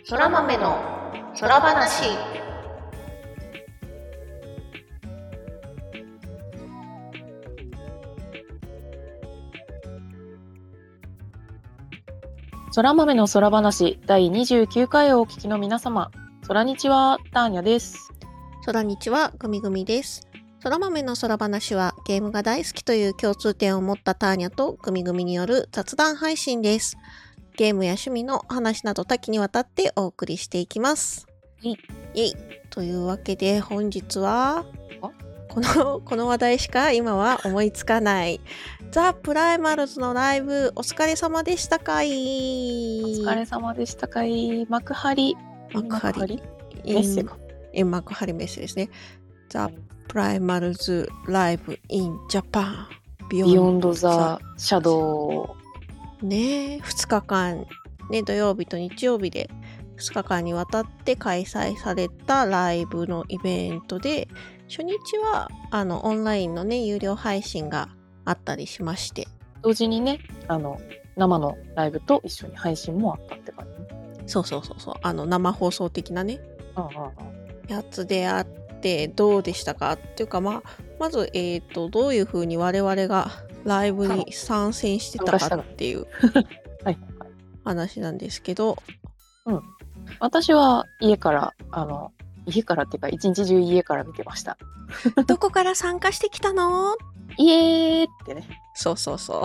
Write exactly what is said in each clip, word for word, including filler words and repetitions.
そら豆の空話。 そら豆の空話だいにじゅうきゅうかいをお聞きの皆様、そらにちは、ターニャです。 そらにちは、ぐみぐみです。そら豆の空話はゲームが大好きという共通点を持ったターニャとぐみぐみによる雑談配信です。ゲームや趣味の話など多岐にわたってお送りしていきます。 いいいというわけで本日はこのこの話題しか今は思いつかないザ・プライマルズのライブお疲れ様でしたかい。 お疲れ様でしたかい。幕張幕張メッセかえ幕張メッセですね。ザ・プライマルズライブインジャパンビヨンドザ・シャドウねえふつかかんね、土曜日と日曜日でふつかかんにわたって開催されたライブのイベントで、初日はあのオンラインのね有料配信があったりしまして、 同時にねあの生のライブと一緒に配信もあったって感じ。 そうそうそうそう、あの生放送的なねああああやつであってどうでしたかっていうか、まあ、まず、えーと、どういう風に我々がライブに参戦してたかっていうはい話なんですけど、 うん、私は家からあの家からっていうか一日中家から見てました。 どこから参加してきたの？ イエーってね。 そうそうそう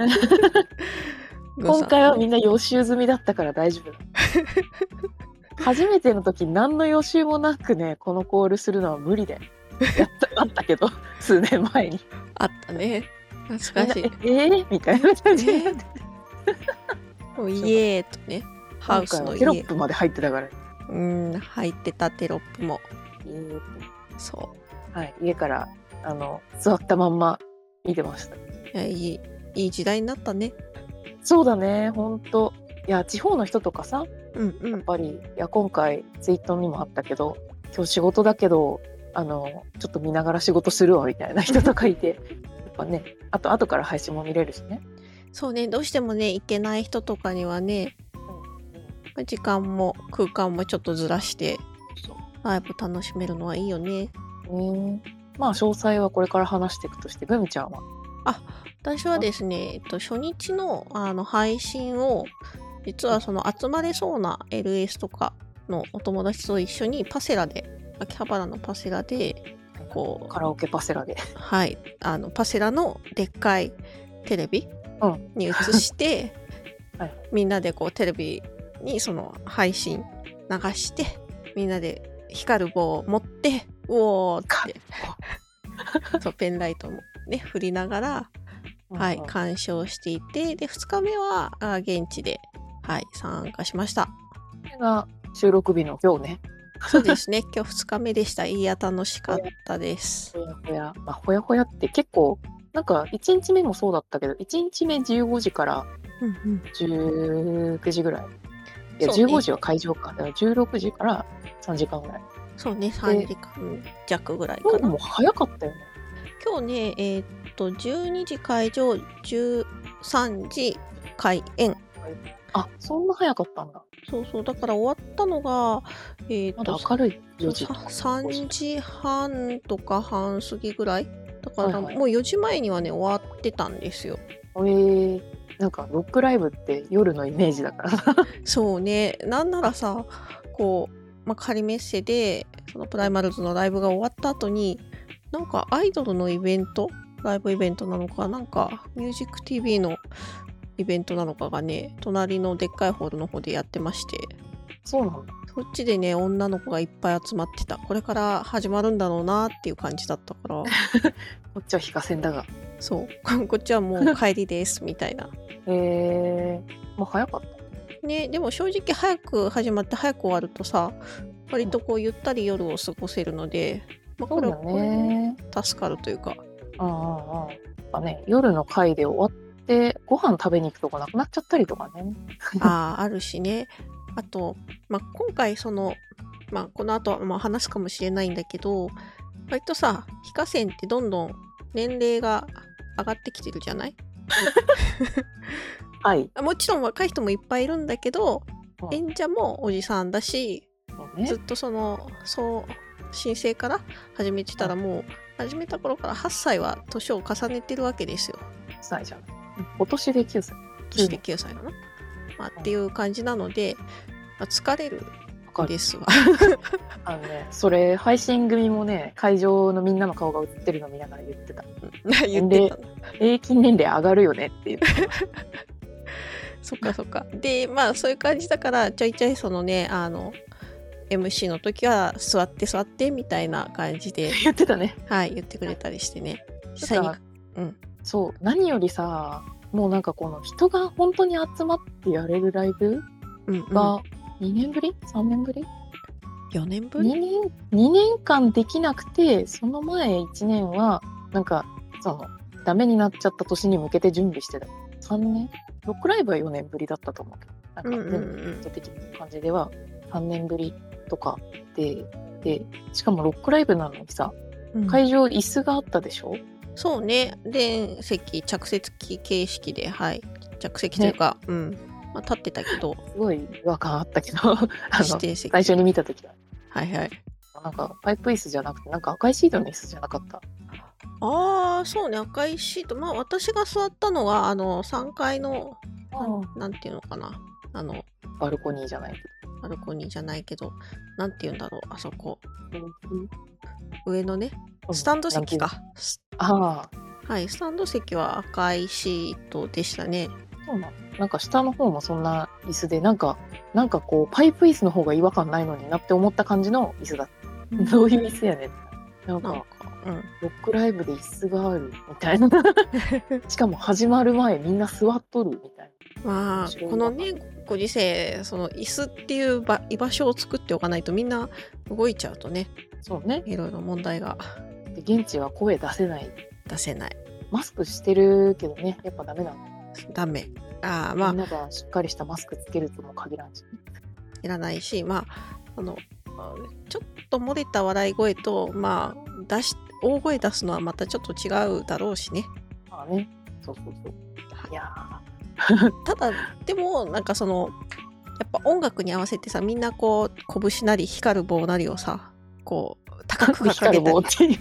今回はみんな予習済みだったから大丈夫初めての時何の予習もなくねこのコールするのは無理でやったあったけど数年前にあったね、懐かしい。 えー、みたいな感じで、えー、イエーとね、ハウスのテロップまで入ってたから、 うん入ってたテロップも、 えー、 そう、 はい、家からあの座ったまんま見てました。 いや、いいいい時代になったね。 そうだね、ほんと。いや地方の人とかさ、 うんうん、 やっぱりいや今回ツイートにもあったけど、今日仕事だけどあのちょっと見ながら仕事するわみたいな人とかいてやっぱね、あと後から配信も見れるしね。 そうね、どうしてもね行けない人とかにはね、うん、時間も空間もちょっとずらしてライブ楽しめるのはいいよね。 うんまあ詳細はこれから話していくとして、グミちゃんは？ あ、私はですね、えっと、初日のあの配信を実はその集まれそうな エルエス とかのお友達と一緒にパセラで、秋葉原のパセラでこうカラオケパセラではいあのパセラのでっかいテレビに映して、うんはい、みんなでこうテレビにその配信流してみんなで光る棒を持ってうおーってそうペンライトもね振りながら、はい、鑑賞していて、でふつかめはあ現地で、はい、参加しました。 これが収録日の今日ね。 そうですね、今日ふつかめでした。いや楽しかったです。 ほやほや、まあ、ほやほやって結構なんかいちにちめもそうだったけど、いちにちめじゅうごじからじゅうくじぐらい、うんうん、いや、ね、じゅうごじは会場か、だからじゅうろくじからさんじかんぐらい。 そうね、さんじかん弱ぐらいかな。 今日も早かったよね。 今日ね、えー、っとじゅうにじ会場、じゅうさんじ開演。 あ、そんな早かったんだ。 そうそう、だから終わったのが、えー、っとまだ明るいよじさんじはんとか半過ぎぐらいだから、もうよじまえにはね終わってたんですよ。 えー、なんかロックライブって夜のイメージだからそうね、なんならさこう、まあ、仮メッセでそのプライマルズのライブが終わった後になんかアイドルのイベント、ライブイベントなのか、なんかミュージック ティーブイ のイベントなのかがね、隣のでっかいホールの方でやってまして、 そうなんだ。 そっちでね女の子がいっぱい集まってた。これから始まるんだろうなっていう感じだったからこっちは非課線だが、 そうこっちはもう帰りですみたいなへえー、もう早かったね。でも正直早く始まって早く終わるとさ、割とこうゆったり夜を過ごせるので、まあ、これはこれね助かるというか、 ああああやっぱね、夜の回で終わってご飯食べに行くとこなくなっちゃったりとかねあああるしね。あと、まあ、今回その、まあ、この後はまあ話すかもしれないんだけど、割とさ非課線ってどんどん年齢が上がってきてるじゃないはい、もちろん若い人もいっぱいいるんだけど、 演者もおじさんだし、 うんね、 ずっとそのそう申請から始めてたら、もう始めた頃からはっさいは年を重ねてるわけですよ。 はっさいじゃん。今年できゅうさい。 今年できゅうさいかな、まあ、っていう感じなので、まあ、疲れるですわ。 あのね、それ配信組もね、会場のみんなの顔が映ってるの見ながら言ってた。 言ってた。 平均年齢上がるよねっていう。 そっかそっか。で、まあそういう感じだから、ちょいちょいそのね、あの、エムシー の時は座って座ってみたいな感じで言ってたね。 はい、言ってくれたりしてね。 実際に、うん、そう、何よりさ、もうなんかこの人が本当に集まってやれるライブがにねんぶり ?さん 年ぶり ?よ 年ぶり 2年 ?に 年間できなくて、その前いちねんは、なんか、その、ダメになっちゃった年に向けて準備してた。さんねんロックライブはよねんぶりだったと思うけど、なんか、全部的な感じではさんねんぶりとかで、で、しかもロックライブなのにさ、うん、会場椅子があったでしょ？ そうね。で、席、着席形式で、はい。着席というか、ね、うん。まあ、立ってたけど。 すごい違和感あったけど、あの、最初に見たときは。 はいはい。 なんか、パイプ椅子じゃなくて、なんか赤いシートの椅子じゃなかった。 ああ、そうね。赤いシート。まあ、私が座ったのは、あの、さんがいの、な, なんていうのかな。あの、 バルコニーじゃないけど。バルコニーじゃないけど、なんていうんだろう、あそこ。うん、上のね、スタンド席か。 ああ。 はい、スタンド席は赤いシートでしたね。 そうなの。なんか下の方もそんな椅子で、なんか、なんかこう、パイプ椅子の方が違和感ないのになって思った感じの椅子だった。うん、どういう椅子やねん。なんか、なんかうん、ロックライブで椅子があるみたいな。しかも始まる前みんな座っとるみたいな。まあ、このね、ご時世、その椅子っていう場居場所を作っておかないとみんな動いちゃうとね。 そうね。 いろいろ問題が。 で現地は声出せない。 出せない。 マスクしてるけどね、やっぱダメなの。 ダメ。ああ、まあ。 みんながしっかりしたマスクつけるとも限らんし。 いらないし、まあ、あの、ちょっと漏れた笑い声と、まあ、出し、大声出すのはまたちょっと違うだろうしね。 まあね。そうそうそう。いやただ、でも、なんかその、やっぱ音楽に合わせてさ、みんなこう、拳なり光る棒なりをさ、こう、高く掲げたり。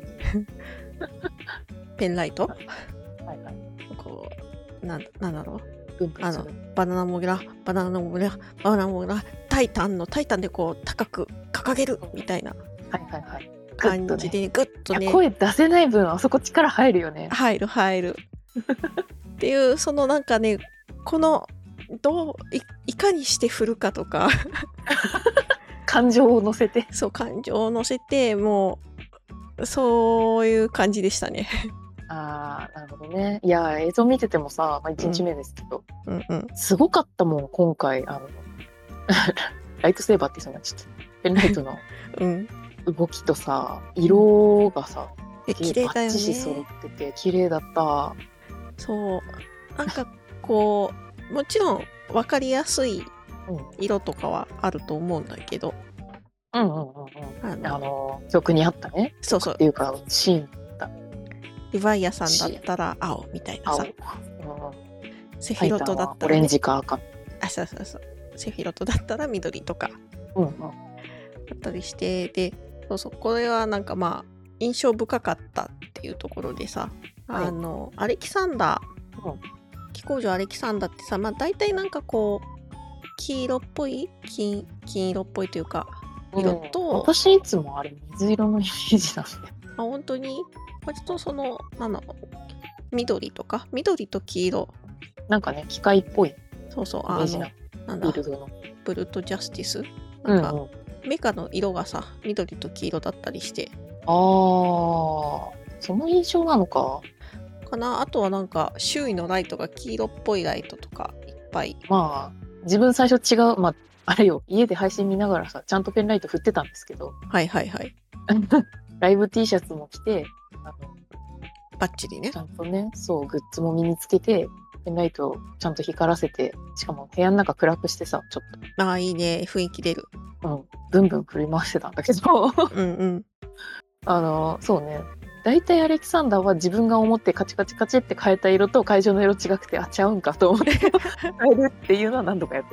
ペンライト、はいはい、こうな、なんだろう、あのバナナモグラバナナモグラバナナモグラタイタンのタイタンでこう高く掲げるみたいな感じでグッとね、 声出せない分あそこ力入るよね。 入る入るっていうそのなんかね、このどう い, いかにして振るかとか感情を乗せてそう感情を乗せてもうそういう感じでしたね。 あー、なるほどね。いや映像見ててもさ、まあ、いちにちめですけど、 うんうんうん、 すごかったもん今回。あのライトセーバーってそうなっちゃったペンライトの動きとさ、うん、色がさ、 え綺麗だよね。バッチシ揃ってて綺麗だった。 そうなんかこうもちろん分かりやすい色とかはあると思うんだけど、 うんうんうんうん、あの、あの曲にあったね。 そうそう。 っていうかシーンだった。 リヴァイアさんだったら青みたいなさ。うん、セフィロトだったら、 ね、オレンジか赤。 あ、そうそうそう。セフィロトだったら緑とか。 うんうん。 だったりしてで、そうそうこれはなんかまあ印象深かったっていうところでさ、はい、あのアレキサンダー、うん、飛行場アレキサンダーってさ、まあ大体なんかこう黄色っぽい 金, 金色っぽいというか色と、うん、 私いつもあれ水色のイメージなんで。 あ、本当に割とそのなんだろう、緑とか緑と黄色なんかね機械っぽい。 そうそう、あのなんだビルドのブルートジャスティスなんか、うんうん、メカの色がさ緑と黄色だったりして、 あーその印象なのかかな。あとはなんか周囲のライトが黄色っぽいライトとかいっぱい。 まあ自分最初違う、まああれよ、家で配信見ながらさちゃんとペンライト振ってたんですけど、 はいはいはいライブ T シャツも着て、あのバッチリね、 ちゃんとね、そうグッズも身につけてペンライトをちゃんと光らせて、しかも部屋の中暗くしてさ、ちょっとああいいね、雰囲気出る。 うんブンブン振り回してたんだけどうんうんあのそうね、大体アレキサンダーは自分が思ってカチカチカチって変えた色と会場の色違くて、あちゃうんかと思って変えるっていうのは何度かやってる。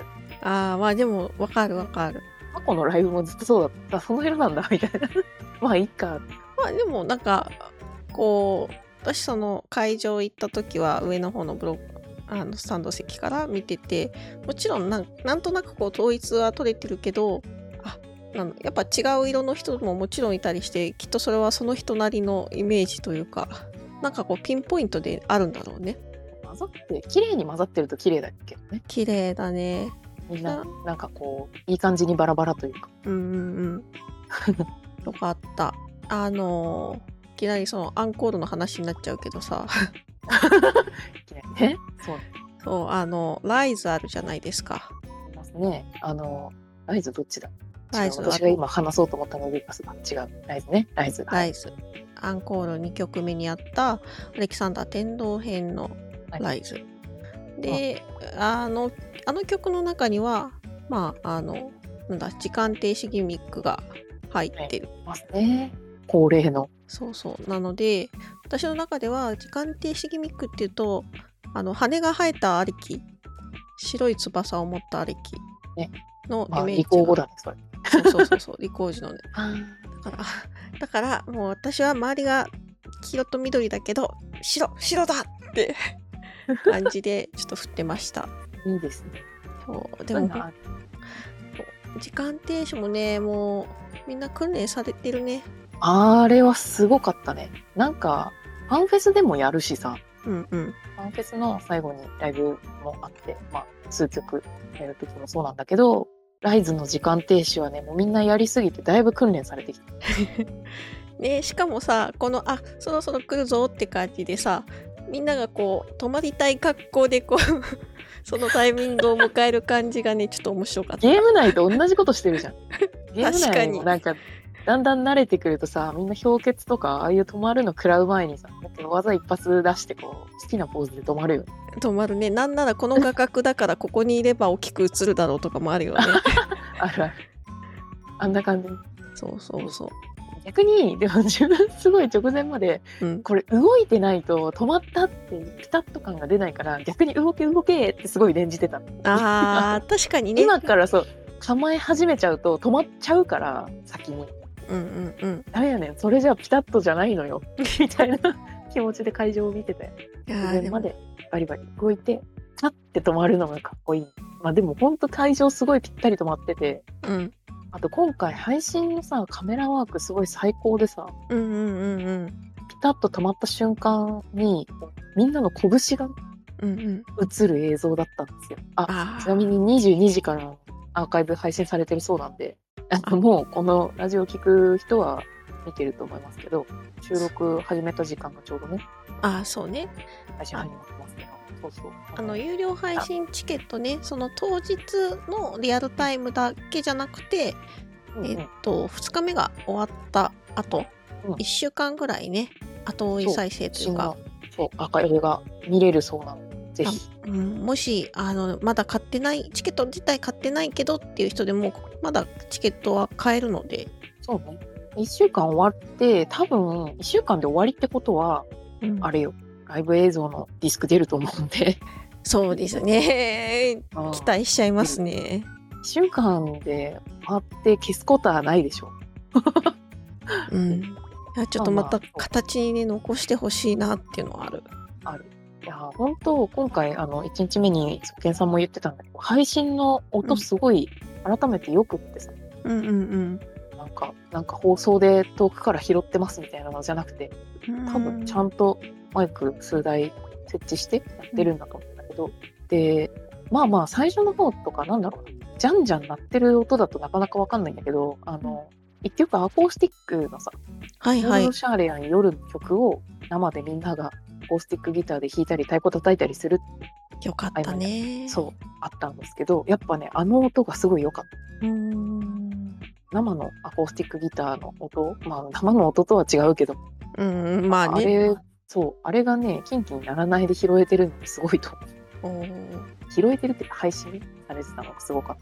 ああ、まあでもわかるわかる。 過去のライブもずっとそうだった。その色なんだみたいな。まあいいか。 まあでもなんかこう私その会場行った時は上の方のブロックあのスタンド席から見てて、もちろんなん、なんとなくこう統一は取れてるけど、あなんやっぱ違う色の人ももちろんいたりして、きっとそれはその人なりのイメージというか、なんかこうピンポイントであるんだろうね。 混ざって綺麗に混ざってると綺麗だけどね。 綺麗だね。 みんななんかこういい感じにバラバラというか。 うんうんうんよかった。あのー、いきなりそのアンコールの話になっちゃうけどさいきなりね。そうそうあのライズあるじゃないですか。 いますね。あのライズどっちだ。 ライズ私が今話そうと思ったので違う。ライズね。ライズ。 ライズ。アンコールにきょくめにあったアレキサンダー天童編のライズ。はい、で、あのあの曲の中にはまああのなんだ時間停止ギミックが入ってる。 はい、ますね。恒例の。 そうそうなので私の中では時間停止ギミックっていうとあの羽が生えたありき白い翼を持ったありきのイメージが、 ね、まあ、リコー語だねそれ。 そうそうそうそうリコージのねだからだからもう私は周りが黄色と緑だけど白白だって感じでちょっと振ってましたいいですね。 そうでも時間停止もねもうみんな訓練されてるね。 あれはすごかったね。なんかファンフェスでもやるしさ、 うんうん、 ファンフェスの最後にライブもあって、まあ、数曲やる時もそうなんだけど、ライズの時間停止はねもうみんなやりすぎてだいぶ訓練されてきたね、しかもさこのあそろそろ来るぞって感じでさみんながこう泊まりたい格好でこうそのタイミングを迎える感じがねちょっと面白かった。 ゲーム内と同じことしてるじゃん。ゲーム内もなんかだんだん慣れてくるとさ、みんな氷結とかああいう止まるの食らう前にさ、技一発出してこう好きなポーズで止まるよ。 止まるね。なんならこの画角だからここにいれば大きく映るだろうとかもあるよね。 あるある。あんな感じ。 そうそうそう。 逆にでも自分すごい直前まで、うん、これ動いてないと止まったってピタッと感が出ないから逆に動け動けってすごい念じてた。 あー確かにね。 今からそう構え始めちゃうと止まっちゃうから先に。 うんうんうん。 ダメやねんそれじゃピタッとじゃないのよみたいな気持ちで会場を見てたよ。直前までバリバリ動いてパッて止まるのがかっこいい。まあでも本当会場すごいぴったり止まってて。 うん。 あと今回配信のさカメラワークすごい最高でさ、 うんうんうんうん、 ピタッと止まった瞬間にみんなの拳が映る映像だったんですよ。あ、あちなみににじゅうにじからアーカイブ配信されてるそうなんで、あもうこのラジオ聞く人は見てると思いますけど、収録始めた時間がちょうどね。 ああそうね。 配信始まってますけど。そうそうあの有料配信チケットね、その当日のリアルタイムだけじゃなくて、うんうん、えっとふつかめが終わった後、うん、いっしゅうかんぐらいね後追い再生というかそうアーカイブが見れるそうなのでぜひ、 うん、もしあのまだ買ってないチケット自体買ってないけどっていう人でもまだチケットは買えるので。 そうね、いっしゅうかん終わって多分いっしゅうかんで終わりってことは、うん、あれよライブ映像のディスク出ると思うんでそうですね期待しちゃいますね。いっしゅうかんで終わって消すことはないでしょう、うん、いやちょっとまた形にね残してほしいなっていうのはあるある。いや本当今回あのいちにちめにそけんさんも言ってたんだけど配信の音すごい改めてよくってさ、 うんうんうんなんかなんか放送で遠くから拾ってますみたいなのじゃなくて多分ちゃんとマイク数台設置してやってるんだと思うんだけど、うん、でまあまあ最初の方とかなんだろうなじゃんじゃん鳴ってる音だとなかなかわかんないんだけどあの一曲アコースティックのさ「 はいはい、 シャーレアン夜」の曲を生でみんながアコースティックギターで弾いたり太鼓叩いたりするよかったね。 そうあったんですけどやっぱねあの音がすごい良かった。 うーん生のアコースティックギターの音、まあ生の音とは違うけど、 うんまあね、 あれそうあれがねキンキンやらないで拾えてるのがすごいと思う。拾えてるって配信されてたのがすごかった。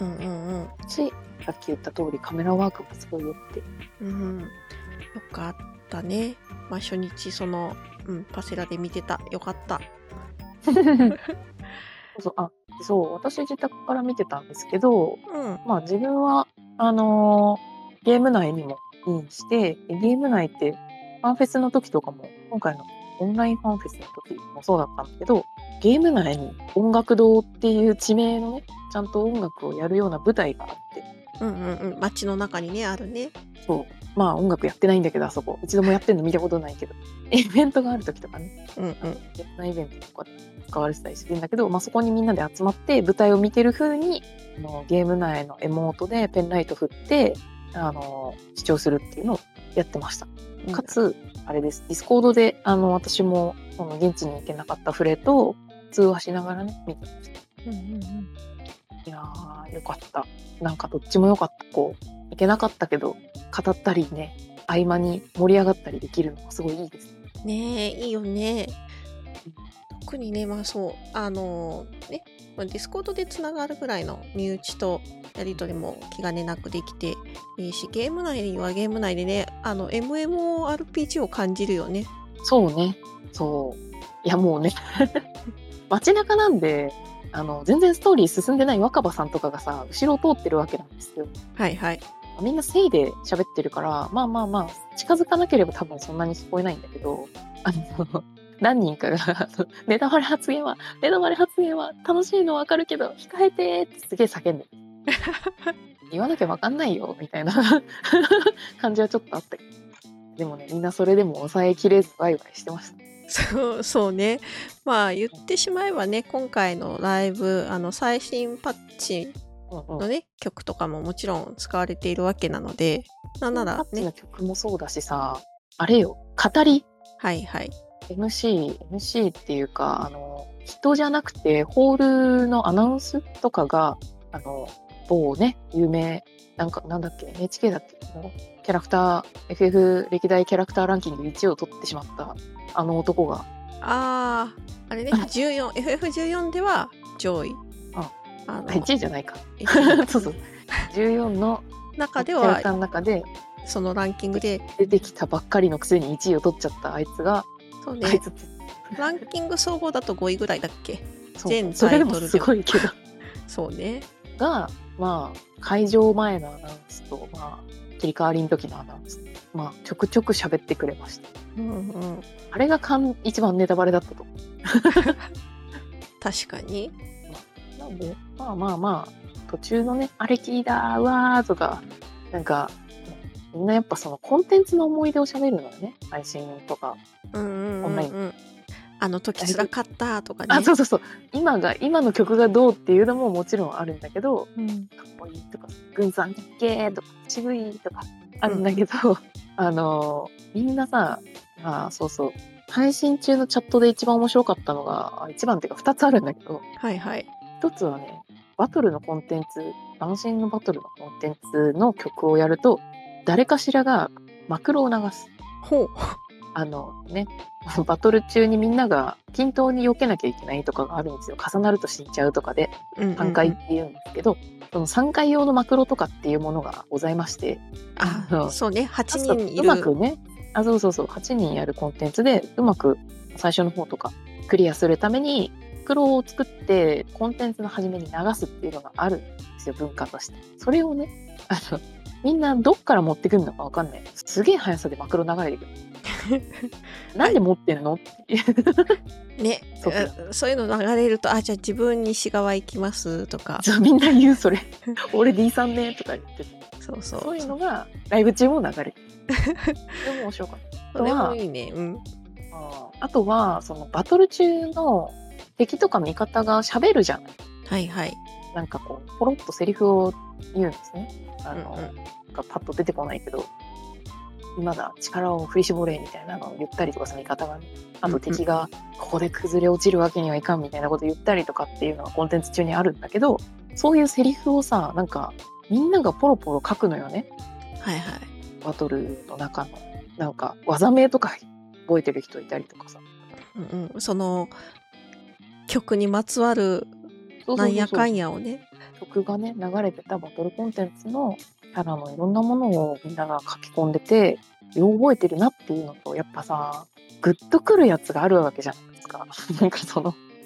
うんうんうん。 しさっき言った通りカメラワークもすごいよって。 うん、よかったね。まあ初日その、うん、パセラで見てたよかった。 そうあそう私自宅から見てたんですけど、 うん、 まあ自分はあのーゲーム内にもインして、ゲーム内ってファンフェスの時とかも、今回のオンラインファンフェスの時もそうだったんだけど、ゲーム内に音楽堂っていう地名のね、ちゃんと音楽をやるような舞台があって、 うんうんうん、街の中にねあるね。 そうまあ音楽やってないんだけど、あそこ一度もやってんの見たことないけど、イベントがある時とかね、 うんうん、 ゲーム内イベントとかで使われてたりするんだけど、まあ、そこにみんなで集まって舞台を見てる風にあのゲーム内のエモートでペンライト振ってあの視聴するっていうのをやってました。 うん、 かつあれです、ディスコードであの私もその現地に行けなかったフレと通話しながらね見てました。 うんうんうん、 いやーよかった。なんかどっちもよかった。こう行けなかったけど語ったりね、合間に盛り上がったりできるのがすごいいいです。 ねえいいよね。特にね、まあそう、あのー、ね、ディスコードでつながるぐらいの身内とやり取りも気兼ねなくできていいし、ゲーム内にはゲーム内でね、あの エムエムオーアールピージー を感じるよね。 そうね、そう。いやもうね、街中なんで、あの、全然ストーリー進んでない若葉さんとかがさ、後ろを通ってるわけなんですよ。 はいはい。 みんなせいで喋ってるから、まあまあまあ、近づかなければ多分そんなに聞こえないんだけど、あの、何人かが、ネタバレ発言は、ネタバレ発言は楽しいのわかるけど、控えてってすげえ叫んでる。言わなきゃわかんないよ、みたいな感じはちょっとあったけど。でもね、みんなそれでも抑えきれずワイワイしてました。 そうそうね。まあ言ってしまえばね、今回のライブ、あの最新パッチのね、うんうん、曲とかももちろん使われているわけなので、なんならね。 パッチの曲もそうだしさ、あれよ、語り。 はいはい。 エムシー、エムシー っていうか、あの、人じゃなくて、ホールのアナウンスとかが、あの、某ね、有名、なんか、なんだっけ、エヌエイチケー だっけ、キャラクター、エフエフ 歴代キャラクターランキングいちいを取ってしまった、あの男が。 ああ、あれね、じゅうよん、エフエフじゅうよん では上位。 あ、 あのいちいじゃないか。そうそう。じゅうよんの中では、 キャラクターの中で、 そのランキングで出てきたばっかりのくせにいちいを取っちゃったあいつが、 そうね、ランキング総合だとごいぐらいだっけ。全タイトルでもすごいけどそうねが、まあ会場前のアナウンスと、まあ、切り替わりの時のアナウンス、まあ、ちょくちょく喋ってくれました。 うんうん、あれがかん一番ネタバレだったと思う確かに、 まあ、なんでまあまあまあ途中のねあれ聞いたわーとかなんかみんなやっぱそのコンテンツの思い出を喋るのよね、配信とか、 うんうんうんうん、 オンライン。 あの時辛かったとかね。 あ、そうそうそう。今が今の曲がどうっていうのももちろんあるんだけど、 うん、 かっこいいとか、軍さんかっけーとか、渋いとかあるんだけど、うん、あのみんなさ、あ、そうそう。配信中のチャットで一番面白かったのが、一番っていうか二つあるんだけど、 はいはい。 一つはね、バトルのコンテンツ、ダンシングバトルのコンテンツの曲をやると、誰かしらがマクロを流す。 ほう。あのね、バトル中にみんなが均等に避けなきゃいけないとかがあるんですよ。重なると死んじゃうとかで、さんかいっていうんですけど、うんうんうん、そのさんかい用のマクロとかっていうものがございまして、 あ、そうね、はちにんいる。 うまくね、あ、そうそうそう、はちにんやるコンテンツで、うまく最初の方とかクリアするために、マクロを作ってコンテンツの初めに流すっていうのがあるんですよ、文化として。それをね、あの、みんなどっから持ってくるのかわかんない。すげえ速さでマクロ流れてくる。なんで持ってんのってね、そ, そういうの流れると、あ、じゃあ自分西側行きますとか、 みんな言うそれ俺 ディー さんねとか言ってて、 そうそう、 そういうのがライブ中も流れてそれも面白かった。 それもいいね、うん、 あ, あとはそのバトル中の敵とか味方が喋るじゃない。 はいはい。 なんかこうポロッとセリフを言うんですね。あの、うんうん、パッと出てこないけど、今だ力を振り絞れみたいなのを言ったりとか、その味方がね、あと敵がここで崩れ落ちるわけにはいかんみたいなこと言ったりとかっていうのがコンテンツ中にあるんだけど、そういうセリフをさ、なんかみんながポロポロ書くのよね。 はいはい。 バトルの中のなんか技名とか覚えてる人いたりとかさ、 うんうん、その曲にまつわるなんやかんやをね、 曲がね流れてたバトルコンテンツのキャラのいろんなものをみんなが書き込んでて、よう覚えてるなっていうのと、やっぱさグッとくるやつがあるわけじゃないですかなんかその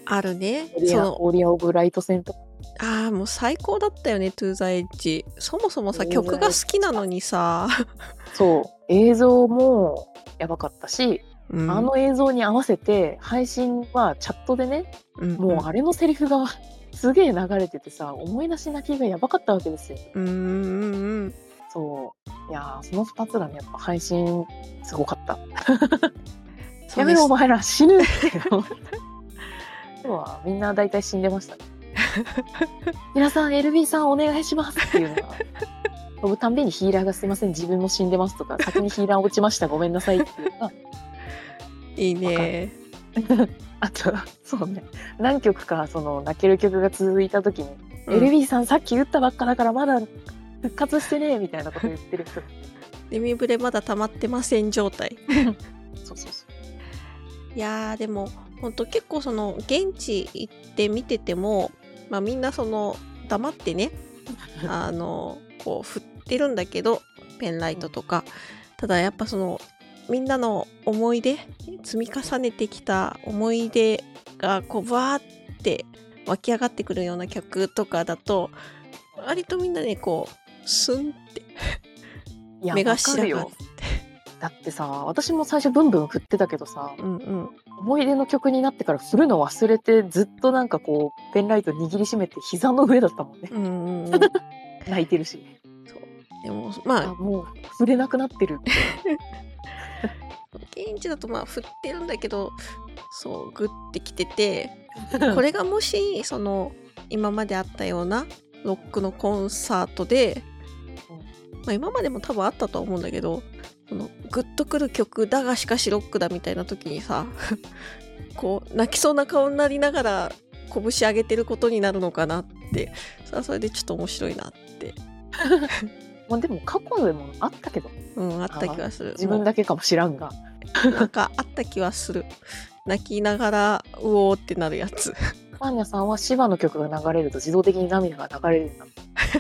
あるね。 オリア、 そのオリアオブライト戦とか。 ああ、もう最高だったよね、トゥーザエッジ。そもそもさ、 トゥーザ曲が好きなのにさ、 そう、映像もやばかったし、 うん、 あの映像に合わせて配信はチャットでね、 うんうん、 もうあれのセリフがすげえ流れててさ、思い出し泣きがやばかったわけですよ。 うんうんうん。 そう。いやー、そのふたつがね、やっぱ配信すごかった。 そうやめろおです。 前ら死ぬって思った。今日はみんな大体死んでましたね。皆さん エルビー さんお願いしますっていうのが飛ぶたんびにヒーラーがすいません自分も死んでますとか先にヒーラー落ちましたごめんなさいっていうのがいいね。 あとそうね何曲かその泣ける曲が続いた時に、 うん、 エルビー さんさっき打ったばっかだからまだ復活してねみたいなこと言ってる人デミブレまだ溜まってません状態。 そうそうそう。 いやーでもほんと結構その現地行って見てても、まあ、みんなその黙ってねあのこう振ってるんだけどペンライトとか、ただやっぱそのみんなの思い出積み重ねてきた思い出がこうバーって湧き上がってくるような曲とかだと割とみんなねこうスンっていや目頭がよだってさ私も最初ブンブン振ってたけどさ、 うんうん、 思い出の曲になってから振るの忘れてずっとなんかこうペンライト握りしめて膝の上だったもんね、 うんうんうん、 泣いてるしそうでもまああもう振れなくなってる現地だとまあ振ってるんだけどそうグッてきててこれがもしその今まであったようなロックのコンサートで、まあ、今までも多分あったとは思うんだけどそのグッとくる曲だがしかしロックだみたいな時にさこう泣きそうな顔になりながら拳上げてることになるのかなってそれはそれでちょっと面白いなってまあでも過去でもあったけどうんあった気がする自分だけかもしらんがなんかあった気はする泣きながらうおーってなるやつパンニャさんはシバの曲が流れると自動的に涙が流れるんだ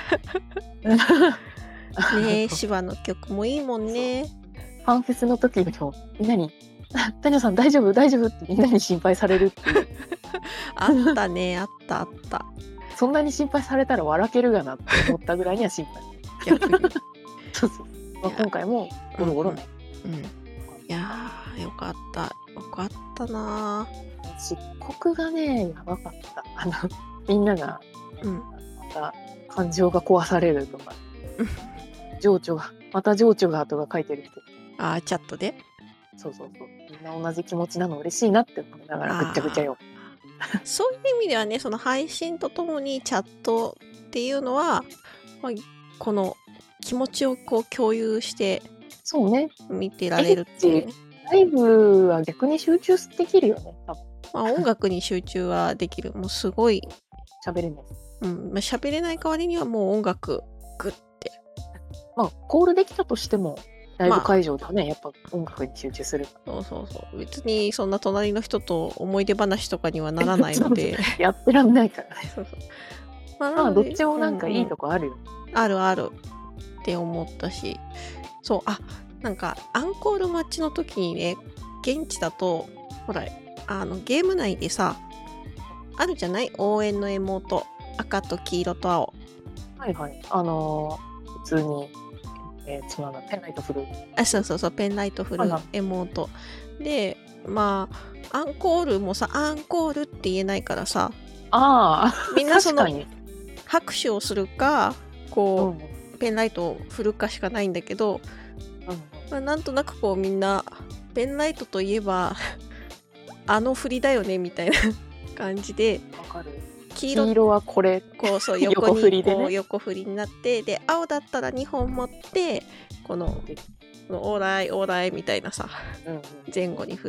ねえシバの曲もいいもんね。 ファンフェスの時にもみんなに「タニャさん大丈夫大丈夫」ってみんなに心配されるっていうあったねあったあったそんなに心配されたら笑けるがなって思ったぐらいには心配逆にそうそう、まあ、今回もゴロゴロね、 うんうんうん、いやーよかったよかったな漆黒がねやばかったあのみんなが、うん、また感情が壊されるとか情緒がまた情緒がとか書いてる人あチャットでそうそうそうみんな同じ気持ちなの嬉しいなって思いながらぐっちゃぐちゃよそういう意味ではねその配信とともにチャットっていうのは、まあ、この気持ちをこう共有してそうね見てられるっていう、ね、 ライブは逆に集中できるよね多分、 まあ、音楽に集中はできるもうすごい喋れない、 うんまあ、喋れない代わりにはもう音楽グッてまあコールできたとしてもライブ会場ではね、まあ、やっぱ音楽に集中するそうそうそう別にそんな隣の人と思い出話とかにはならないのでやってらんないからねそうそうまあ、 まあどっちもなんかいいとこあるよ、 うんうん、あるあるって思ったしそうあなんかアンコール待ちの時にね現地だとほらあのゲーム内でさあるじゃない応援のエモート赤と黄色と青はいはいあのー、普通にえー、そうなんだペンライト振るあそうそうそうペンライト振るエモートでまあアンコールもさアンコールって言えないからさあみんなその拍手をするかこう、うん、ペンライトを振るかしかないんだけど、うんまあ、なんとなくこうみんなペンライトといえばあの振りだよねみたいな感じでわかる黄色、 黄色はこれこうそう横に横振りで、ね、こう横振りになってで青だったらにほん持ってこの「オーライオーライ」みたいなさ、うんうん、前後に振って、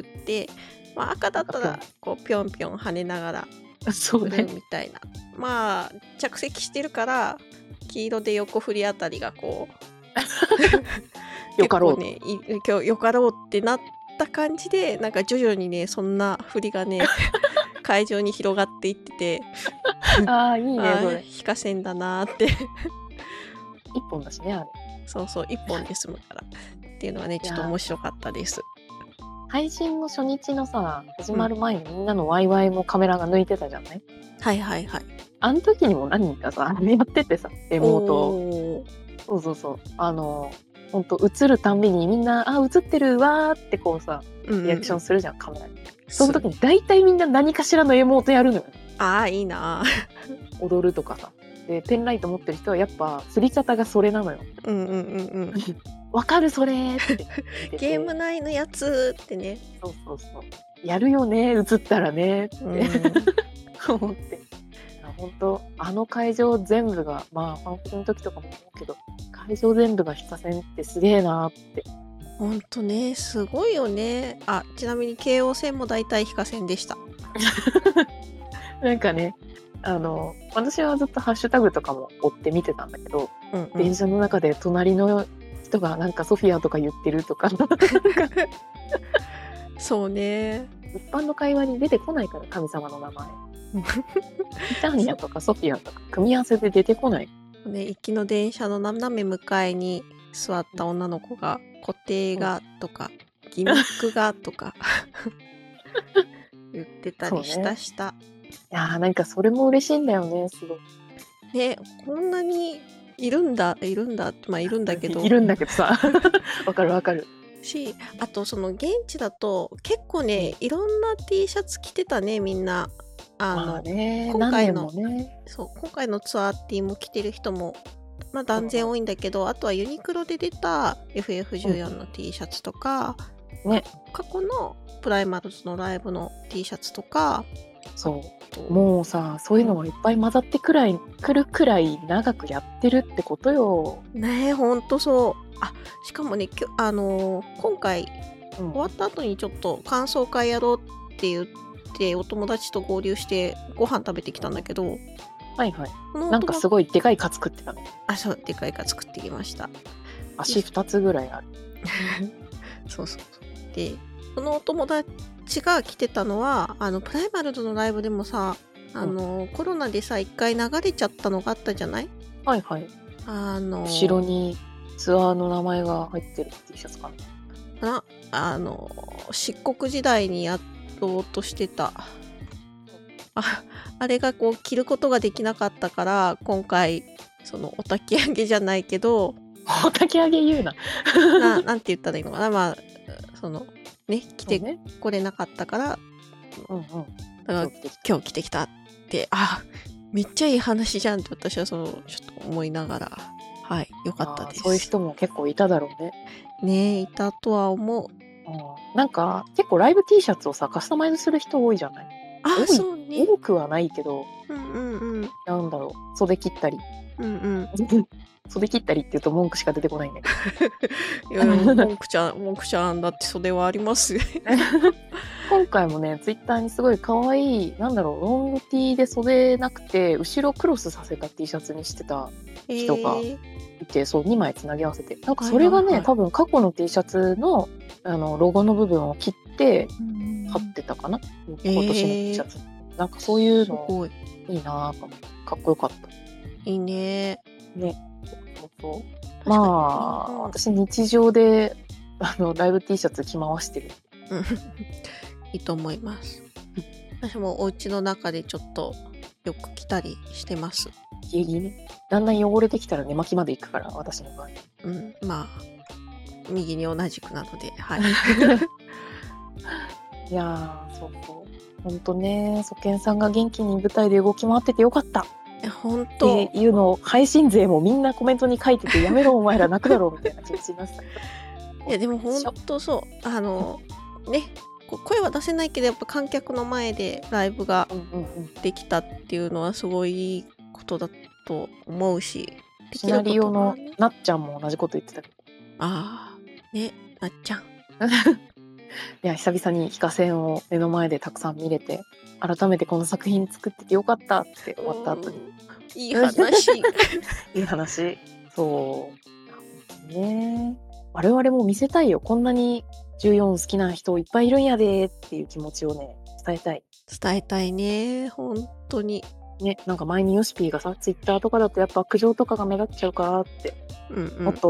まあ、赤だったらこうピョンピョン跳ねながら振るみたいな、ね、まあ着席してるから黄色で横振りあたりがこうよかろうねよかろうってなった感じでなんか徐々にねそんな振りがね会場に広がっていっててああいいねそれ非化線だなって一本だしねあれそうそう一本で済むからっていうのはねちょっと面白かったです配信の初日のさ、始まる前にみんなのワイワイもカメラが抜いてたじゃない、 はいはいはい。 あの時にも何人かさ、やっててさ、エモート。そうそうそう。あの、ほんと映るたんびにみんな、あ、映ってるわーってこうさ、リアクションするじゃん、うんうん、カメラに。その時に大体みんな何かしらのエモートやるのよ。 ああ、いいな踊るとかさ。で、ペンライト持ってる人はやっぱ、すり方がそれなのよ。 うんうんうんうん。 わかるそれーってゲーム内のやつってね。 そうそうそう。やるよね、映ったらねって、うん、思って。本当あの会場全部が、まあファンフェスの時とかも思うけど、会場全部が非課線ってすげえなーって。 ほんとね、すごいよね。あ、ちなみに京王線も大体非課線でした。 なんかね、あの私はずっとハッシュタグとかも追って見てたんだけど、うんうん、電車の中で隣の人がなんかソフィアとか言ってるとかそうね、 一般の会話に出てこないから、神様の名前イタニアとかソフィアとか組み合わせで出てこない、 ね、行きの電車の斜め向かいに座った女の子が固定がとか、うん、ギミックがとか言ってたりしたした、ね、 いやーなんかそれも嬉しいんだよね、すごいね。こんなにいるんだいるんだまあいるんだけどいるんだけどさわかるわかるし、あとその現地だと結構ね、いろんな T シャツ着てたね、みんな。あの、まあね、今回の、ね、そう今回のツアーティーも着てる人も、まあ、断然多いんだけど、あとはユニクロで出た エフエフじゅうよん の T シャツとか、うんね、過去のプライマルズのライブの T シャツとか、 そうもうさ、そういうのがいっぱい混ざってくらいくるくらい長くやってるってことよね。えほんとそう。あ、しかもね、きょあのー、今回、うん、終わった後にちょっと感想会やろうって言ってでお友達と合流してご飯食べてきたんだけど、 はいはい、なんかすごいでかいカツ食ってたね。 あ、そう、でかいカツ食ってきました。 足ふたつぐらいあるそうそうそう。でそのお友達が来てたのは、あのプライマルズのライブでもさ、あの、うん、コロナでさ一回流れちゃったのがあったじゃない。 はいはい。あの後ろにツアーの名前が入ってる T シャツかな。 なあの漆黒時代にやっろうとしてた あ, あれがこう着ることができなかったから、今回そのお焚き上げじゃないけど、 お焚き上げ言うなななんて言ったらいいのかな、まあそのね着てこれなかったから、うんうん、だから今日着てきたって、あ、めっちゃいい話じゃんって私はそのちょっと思いながら、はい、よかったです。 そういう人も結構いただろうね。 ねえ、いたとは思う。 なんか結構ライブ T シャツをさカスタマイズする人多いじゃない。 あ、そうね。 多くはないけど、 うんうんうん、 なんだろう、袖切ったり、うんうん、袖切ったりって言うと文句しか出てこないんだけどいや文句ちゃん文句ちゃんだって袖はあります今回もねツイッターにすごい可愛い、なんだろう、ロング T で袖なくて後ろクロスさせた T シャツにしてた人がいて、えー、そうにまいつなぎ合わせて、なんかそれがね、はいはいはい、多分過去の T シャツのあのロゴの部分を切って貼ってたかな、今年の T シャツ、えー、なんかそういうのいいなぁと思って、かっこよかった。 いいね。 ね、そうそう、まあ、うん、私日常であのライブ T シャツ着回してるいいと思います。私もお家の中でちょっとよく着たりしてます。 ギリギリだんだん汚れてきたら寝巻きまで行くから、私の場合。 うん、まあ右に同じくなので、はいいやー、そうそう本当ね、ソケンさんが元気に舞台で動き回っててよかった本当っていうのを配信勢もみんなコメントに書いてて、やめろお前ら泣くだろうみたいな気持ちになってた。 いやでも本当そうあのね、声は出せないけどやっぱ観客の前でライブができたっていうのはすごいいいことだと思うし、 シナリオのなっちゃんも同じこと言ってたけど、 ああね、なっちゃんいや久々に非課線を目の前でたくさん見れて、改めてこの作品作っててよかったって終わった後に、 いい話いい話、そうね、我々も見せたいよ、こんなにじゅうよん好きな人いっぱいいるんやでっていう気持ちをね伝えたい伝えたいね、本当にね。なんか前にヨシピーがさツイッターとかだとやっぱ苦情とかが目立っちゃうからって、うんうん、もっと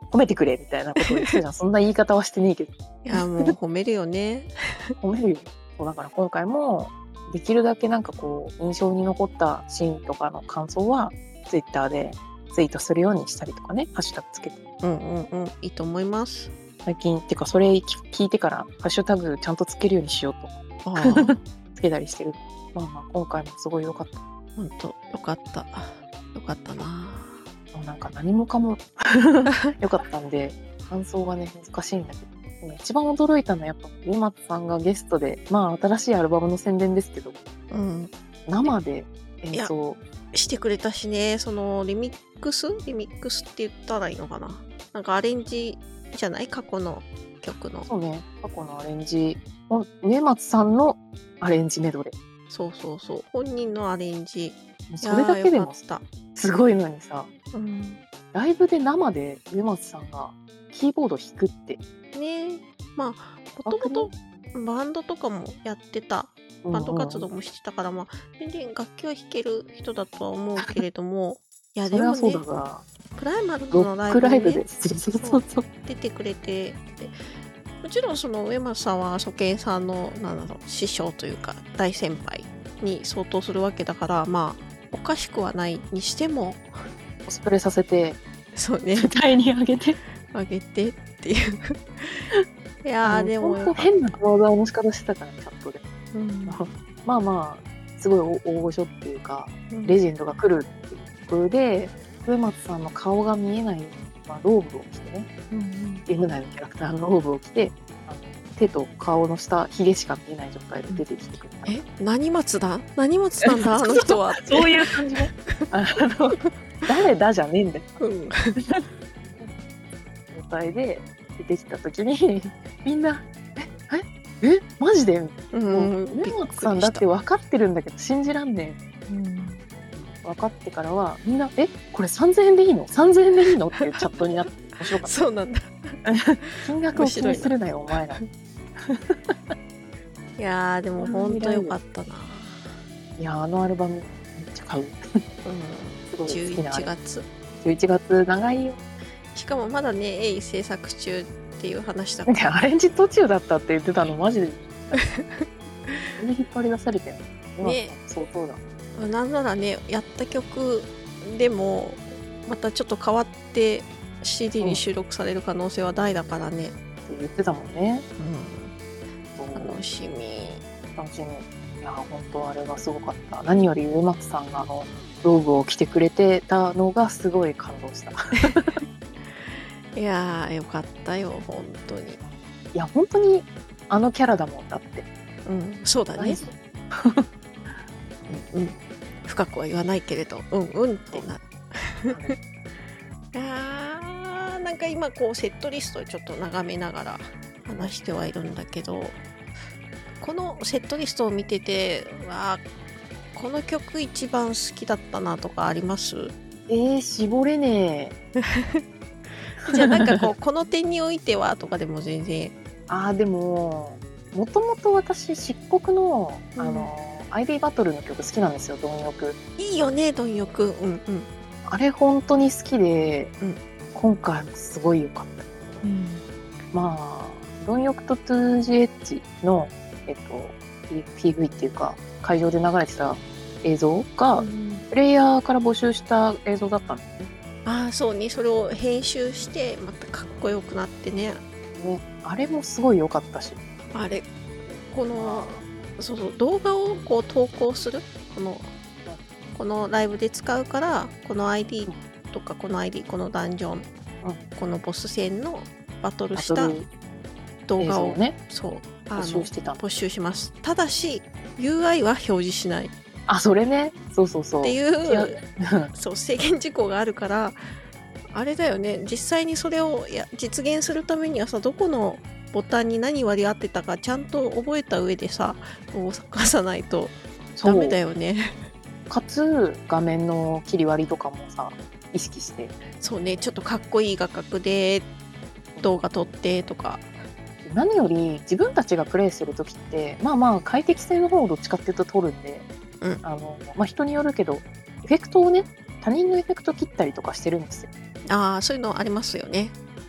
褒めてくれみたいなことを言ってたじゃん。そんな言い方はしてねえけど。 いやもう褒めるよね。 褒めるよ。そうだから今回もできるだけなんかこう印象に残ったシーンとかの感想はツイッターでツイートするようにしたりとかね、ハッシュタグつけて。 うんうんうん、いいと思います。 最近ってかそれ聞いてからハッシュタグちゃんとつけるようにしようとつけたりしてる。まあまあ今回もすごい良かった。 本当良かった。良かったな。 なんか何もかも良かったんで感想がね難しいんだけど、一番驚いたのはやっぱ上松さんがゲストで、まあ新しいアルバムの宣伝ですけど、 うん、 生で演奏してくれたしね。そのリミックスリミックスって言ったらいいのかな、なんかアレンジじゃない、過去の曲の。 そうね、過去のアレンジ、上松さんのアレンジメドレー。 そうそうそう、本人のアレンジ。 それだけでもすごいのにさ、うん、ライブで生で上松さんがキーボード弾くってね。まあもともとバンドとかもやってた、バンド活動もしてたから、うんうん、まあ全然楽器は弾ける人だとは思うけれどもいやでもね、 それはそうだがプライマルのライブで、ね、ライブでそうそう出てくれて、でもちろんその上松さんはソケンさんのなんだろう師匠というか大先輩に相当するわけだから、まあおかしくはないにしてもコスプレさせて、 そうね、 舞台に上げて上げてっていういやーでも本当変な講座の仕方してたから、チャットで、うん、まあまあすごい大御所っていうか、うん、レジェンドが来るっていうところで上松さんの顔が見えない、まあ、ローブを着てね、うんうん、ゲーム内のキャラクターのローブを着て、あの手と顔の下ひげしか見えない状態で出てきてくれた。 え、何松だ何松なんだあの人はそういう感じね。あの誰だじゃねえんだよ、うん、状態で出てきた時にみんなえええマジで、うん、上松さんだって分かってるんだけど信じらんねえ、うん、分かってからはみんなえこれさんぜんえんでいいのさんぜんえんでいいのっていうチャットになって面白かった。 そうなんだ金額を気にするなよお前ら。いやーでも本当よかったな。 いやあのアルバムめっちゃ買う、うん、すごい好きな。じゅういちがつじゅういちがつ長いよ。 しかもまだねエイ制作中っていう話だから、 アレンジ途中だったって言ってたのマジでそれ引っ張り出されてるね。相当だ。 なんならねやった曲でもまたちょっと変わって シーディー に収録される可能性は大だからね、 うん、言ってたもんね、 うん、楽しみ楽しみ。いや本当あれがすごかった。何より上松さんがあのローブを着てくれてたのがすごい感動したいやーよかったよ本当に。いや本当にあのキャラだもんだって。 うんそうだねうん、うん、深くは言わないけれどうんうんってなるいやーなんか今こうセットリストをちょっと眺めながら話してはいるんだけど、このセットリストを見ててわーこの曲一番好きだったなとかあります？ えー、絞れねえじゃあなんかこうこの点においてはとかでも全然。 あーでももともと私漆黒の、うん、あのアイビーバトルの曲好きなんですよ。貪欲いいよね貪欲、うんうん、 あれ本当に好きで、うん、今回もすごい良かった、うん、まあ貪欲と ツージーエイチ の、えっと、ピーブイ っていうか会場で流れてた映像が、うん、プレイヤーから募集した映像だったんですね。 ああそうね、それを編集してまたかっこよくなってね。 ね、あれもすごい良かったし、 あれこのそうそう動画をこう投稿するこのこのライブで使うからこの アイディー とかこの アイディー このダンジョン、うん、このボス戦のバトルした動画を、ね、そうあの募集してた募集します。ただし ユーアイ は表示しない。 あそれねそうそうそうっていうそう制限事項があるからあれだよね。実際にそれをや実現するためにはさどこのボタンに何割り合ってたかちゃんと覚えた上でさこう探さないとダメだよね。 かつ画面の切り割りとかもさ意識してそうねちょっとかっこいい画角で動画撮ってとか。 何より自分たちがプレイする時ってまあまあ快適性の方をどっちかっていうと撮るんで、うん、あのまあ、人によるけどエフェクトをね他人のエフェクト切ったりとかしてるんですよ。 ああそういうのありますよね。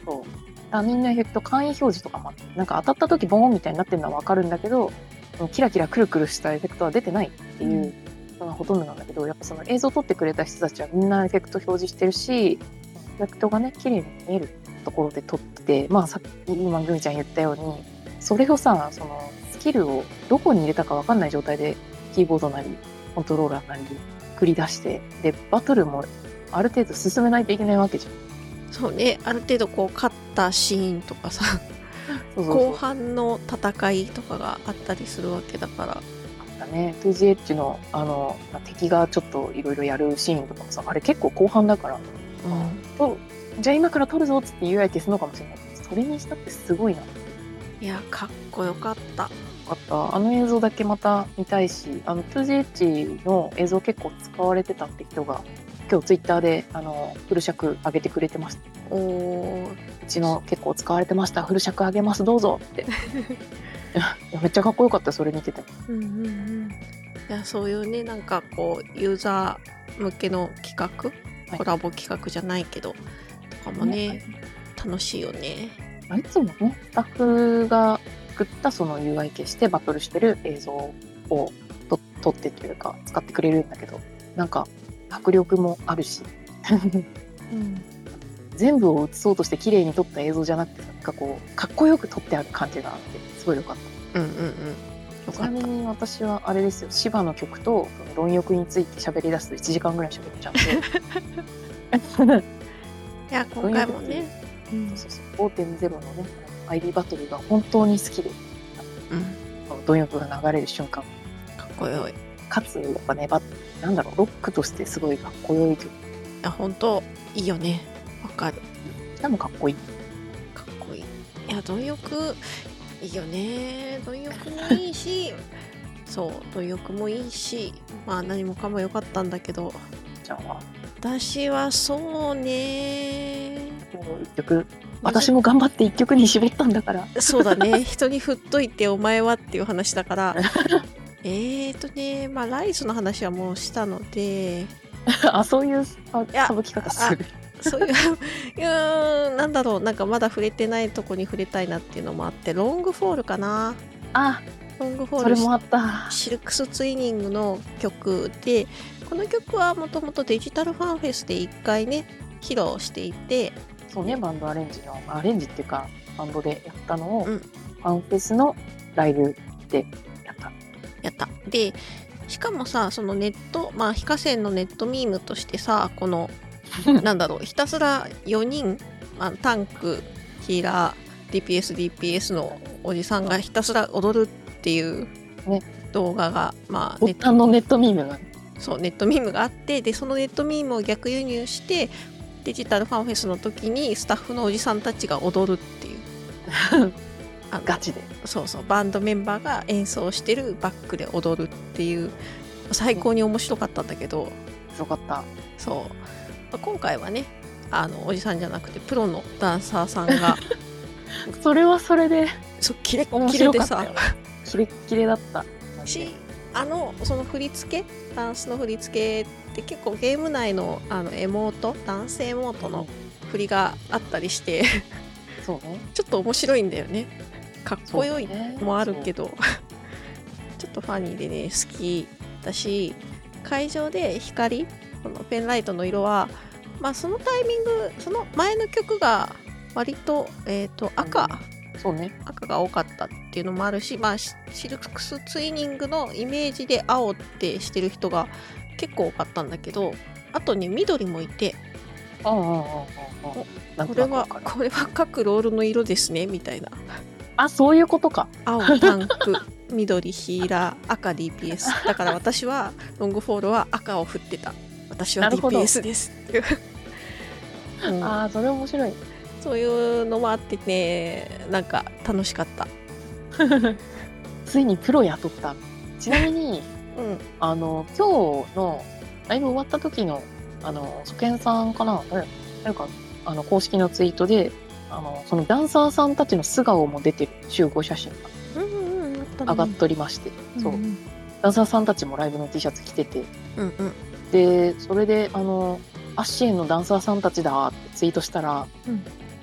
そうあみんなエフェクト簡易表示とかもあって、なんか当たった時ボーンみたいになってるのは分かるんだけど、キラキラくるくるしたエフェクトは出てないっていうのがほとんどなんだけど、やっぱその映像を撮ってくれた人たちはみんなエフェクト表示してるし、エフェクトがね綺麗に見えるところで撮ってて、まあさっき今グミちゃん言ったように、それをさそのスキルをどこに入れたか分かんない状態でキーボードなりコントローラーなり繰り出して、でバトルもある程度進めないといけないわけじゃん。 そうね、ある程度こう勝ったシーンとかさそうそうそう後半の戦いとかがあったりするわけだから。 あったね。 ツージーエイチ のあの敵がちょっといろいろやるシーンとかもさ、あれ結構後半だから、 うん、 とじゃあ今から撮るぞっつって ユーアイ 消すのかもしれないけど、それにしたってすごいな。 いやかっこよかった。 よかった。あの映像だけまた見たいし、あの ツージーエイチ の映像結構使われてたって人が今日ツイッターであのフル尺上げてくれてました。 おー、 うちの結構使われてました、フル尺上げますどうぞっていやめっちゃかっこよかった、それ見てても。 うんうんうん、いやそういうね、なんかこうユーザー向けの企画、はい、コラボ企画じゃないけどとかもね、はい、楽しいよね。 いつもねスタッフが作ったその ユーアイ 消してバトルしてる映像をと撮ってというか使ってくれるんだけど、なんか迫力もあるし、うん、全部を映そうとして綺麗に撮った映像じゃなくて、なんかこうかっこよく撮ってある感じがあってすごい良かった。うんうんうん。ちなみに私はあれですよ、芝の曲とその貪欲について喋り出すといちじかんぐらい喋っちゃうんでいや今回もね、 うん、そうそうそう ごてんゼロ のね アイビー バトルが本当に好きで、うん、貪欲が流れる瞬間かっこよい。 かつやっぱね、なんだろう、ロックとしてすごいかっこよい曲。いや本当いいよね、わかる。 でもかっこいい。 かっこいい。いや貪欲いいよね。貪欲もいいしそう貪欲もいいし、まあ何もかも良かったんだけど、 じゃあ私はそうね、 一曲私も頑張って一曲に絞ったんだから。 そうだね人に振っといてお前はっていう話だからえーとねまあライズの話はもうしたのであそういうサブき方するそういううーんなんだろう、なんかまだ触れてないとこに触れたいなっていうのもあって、ロングフォールかな。 あロングフォールそれもあった。 シルクスツイニングの曲で、この曲はもともとデジタルファンフェスでいっかいね披露していて、 そうね、バンドアレンジのアレンジっていうかバンドでやったのを、うん、ファンフェスのライブでやったやったで、しかもさそのネット、まあ非課線のネットミームとしてさ、このなんだろうひたすらよにん、まあ、タンクヒーラー ディーピーエスディーピーエス のおじさんがひたすら踊るっていう動画が、ね、まあネットのネットミームがそうネットミームがあって、でそのネットミームを逆輸入してデジタルファンフェスの時にスタッフのおじさんたちが踊るっていうあガチでそうそうバンドメンバーが演奏してるバックで踊るっていう最高に面白かったんだけど、面白かった。 そう今回はねあのおじさんじゃなくてプロのダンサーさんがそれはそれでそうキレッキレでさキレッキレだったし、あのその振り付けダンスの振り付けって結構ゲーム内のあのエモート男性エモートの振りがあったりしてそうねちょっと面白いんだよね。かっこよいもあるけど、ね、ちょっとファニーでね好きだし、会場で光このペンライトの色は、まあ、そのタイミングその前の曲が割と、えーと、赤、 うん、そうね、 赤が多かったっていうのもあるし、まあ、シルクスツイニングのイメージで青ってしてる人が結構多かったんだけど、あとね緑もいて、 あああああこれはこれは各ロールの色ですねみたいな。 あ、そういうことか。 青タンク緑ヒーラー赤 ディーピーエス だから私はロングフォールは赤を振ってた。私は ディーピーエス ですっていう、 うん、ああそれ面白い。 そういうのもあってね、なんか楽しかったついにプロ雇った。ちなみに、うん、あの今日のライブ終わった時のあのソケンさんかな、誰かあの公式のツイートであのそのダンサーさんたちの素顔も出てる集合写真が上がっておりまして、うんうんうん、そうダンサーさんたちもライブの T シャツ着てて、うんうん、でそれであのアッシェンのダンサーさんたちだってツイートしたら、うん、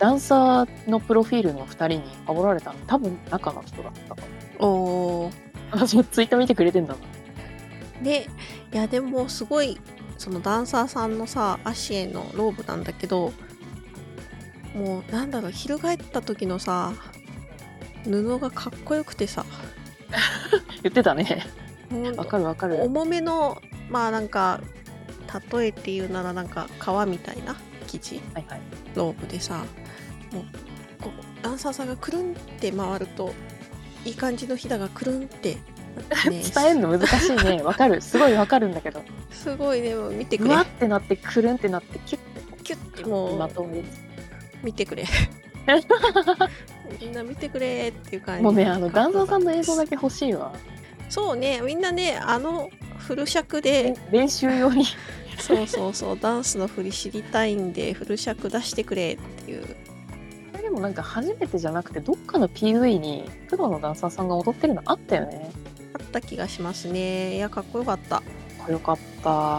ダンサーのプロフィールのふたりに煽られたの多分中の人だったかな。おー。 私もツイッター見てくれてんだな。 で、いやでもすごいそのダンサーさんのさアシエのローブなんだけど、もうなんだろう、翻った時のさ布がかっこよくてさ言ってたね。わかるわかる。 重めの、まあなんか例えて言うならなんか革みたいな生地、 はいはい、 ローブでさ、もうこうダンサーさんがくるんって回るといい感じのひだがくるんって、 ね、伝えるの難しいね。わかる、すごいわかるんだけど、 すごいね、もう見てくれ、 うわってなってくるんってなってキュッてキュッてもうまとめる、 見てくれみんな見てくれっていう感じ。 もうね、あのダンサーさんの映像だけ欲しいわ。 そうね、みんなね、あのフル尺で練習用にそうそうそう、ダンスの振り知りたいんでフル尺出してくれっていう。 でもなんか初めてじゃなくてどっかの ピーブイ にプロのダンサーさんが踊ってるのあったよね。 あった気がしますね。いや、かっこよかった。かっこよかった。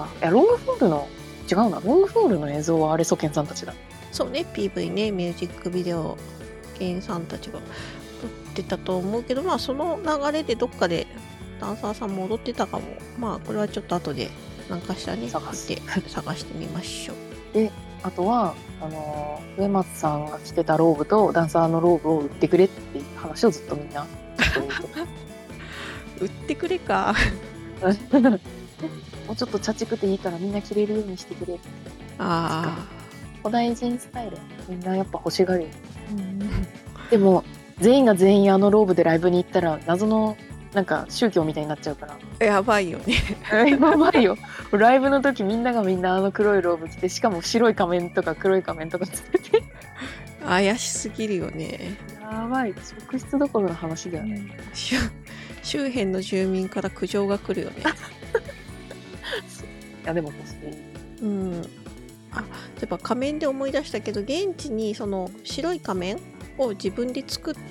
いや、ロングフォールの違うな、ロングフォールの映像はあれソケンさんたちだ。 そうね、 ピーブイ ね、ミュージックビデオケンさんたちが撮ってたと思うけど、まあその流れでどっかでダンサーさんも踊ってたかも。まあこれはちょっと後で何かしらね探して探してみましょう。 で、あとはあの上松さんが着てたローブとダンサーのローブを売ってくれっていう話をずっとみんな売ってくれかもうちょっと茶畜くていいからみんな着れるようにしてくれって。 ああ、 古代人スタイルみんなやっぱ欲しがる、 うん、 でも全員が全員あのローブでライブに行ったら謎のなんか宗教みたいになっちゃうからやばいよねやばいよ。ライブの時みんながみんなあの黒いローブ着て、しかも白い仮面とか黒い仮面とかつけて怪しすぎるよね。 やばい、職質どころの話だよね、うん、 周辺の住民から苦情が来るよねいやでも欲しい。 うん。あ、例えば仮面で思い出したけど、現地にその白い仮面を自分で作って、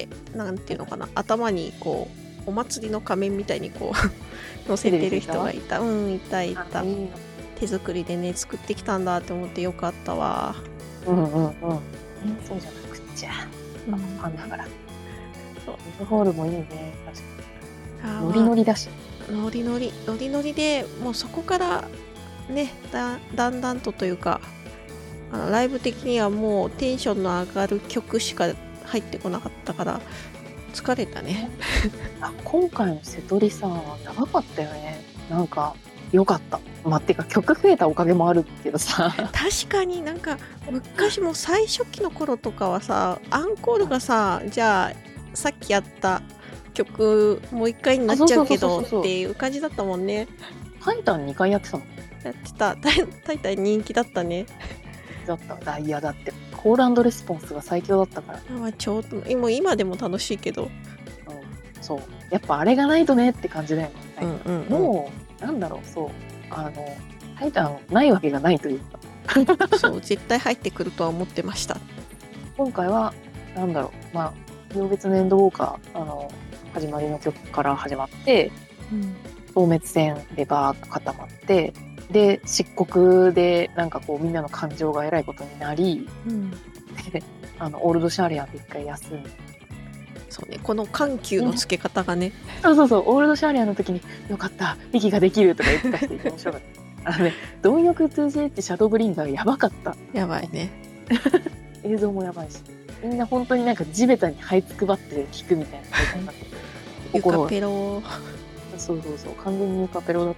なんていうのかな、頭にこうお祭りの仮面みたいにこう乗せてる人がいた。うん、いたいた。手作りでね作ってきたんだって思ってよかったわ。 うんうんうん。そうじゃなくっちゃ。うん、ファンだから。そう。ミフホールもいいね。確かに。ノリノリだし。 ノリノリノリノリでもうそこからね だ, だんだんとというか、あのライブ的にはもうテンションの上がる曲しか入ってこなかったから疲れたねあ、今回の瀬戸りさんやばかったよね。なんかよかった。まあ、てか曲増えたおかげもあるけどさ確かになんか昔も最初期の頃とかはさ、アンコールがさ、じゃあさっきやった曲もう一回になっちゃうけどっていう感じだったもんね。 タイタンにかいやってたの。 やってた。タイタン人気だったね。 だったダイヤだってコール&レスポンスが最強だったから。 まあ、ちょうど今今でも楽しいけど、うん、 そうやっぱあれがないとねって感じだよね、 うんうんうん、 もうなんだろう、そうあのタイタンないわけがないというかそう絶対入ってくるとは思ってました。 今回はなんだろう、まあ曜別のエンドウォーカーあの始まりの曲から始まって、うん、消滅戦でバーッと固まって、で漆黒でなんかこうみんなの感情がえらいことになり、うん、であのオールドシャーリアンで一回休んで、 そうね、この緩急のつけ方がね、 そうそうそう、オールドシャーリアンの時によかった息ができるとか言ってた人いて面白かったあのね、貪欲 ツージェー ってシャドーブリンガーやばかった。 やばいね映像もやばいし、みんな本当になんか地べたに這いつくばって聴くみたいな感じになってユカペロそうそうそう、完全にユカペロだった。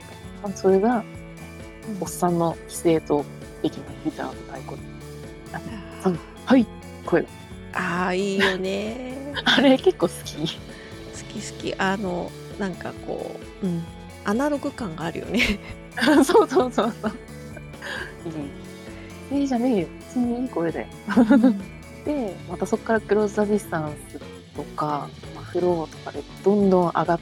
それがおっさんの規制と駅のギターの太鼓で、あ、はい、声。 ああ、いいよねあれ結構好き。好き好き。あのなんかこう、うん、アナログ感があるよねそうそうそうそう。いい。いいじゃねえよ。普通にいい声だよ。で、またそこからクローズ・ザ・ディスタンスとか、まあ、フローとかでどんどん上がって、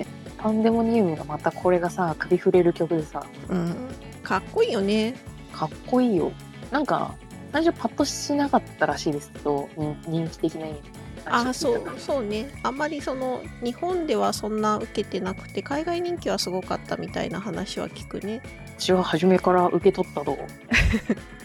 パンデモニウムがまたこれがさ、首振れる曲でさ、 うん、かっこいいよね。 かっこいいよ。なんか最初パッとしなかったらしいですけど、人気的な意味。 あ、そうそうね。あんまりその日本ではそんな受けてなくて、海外人気はすごかったみたいな話は聞くね。 私は初めから受け取ったど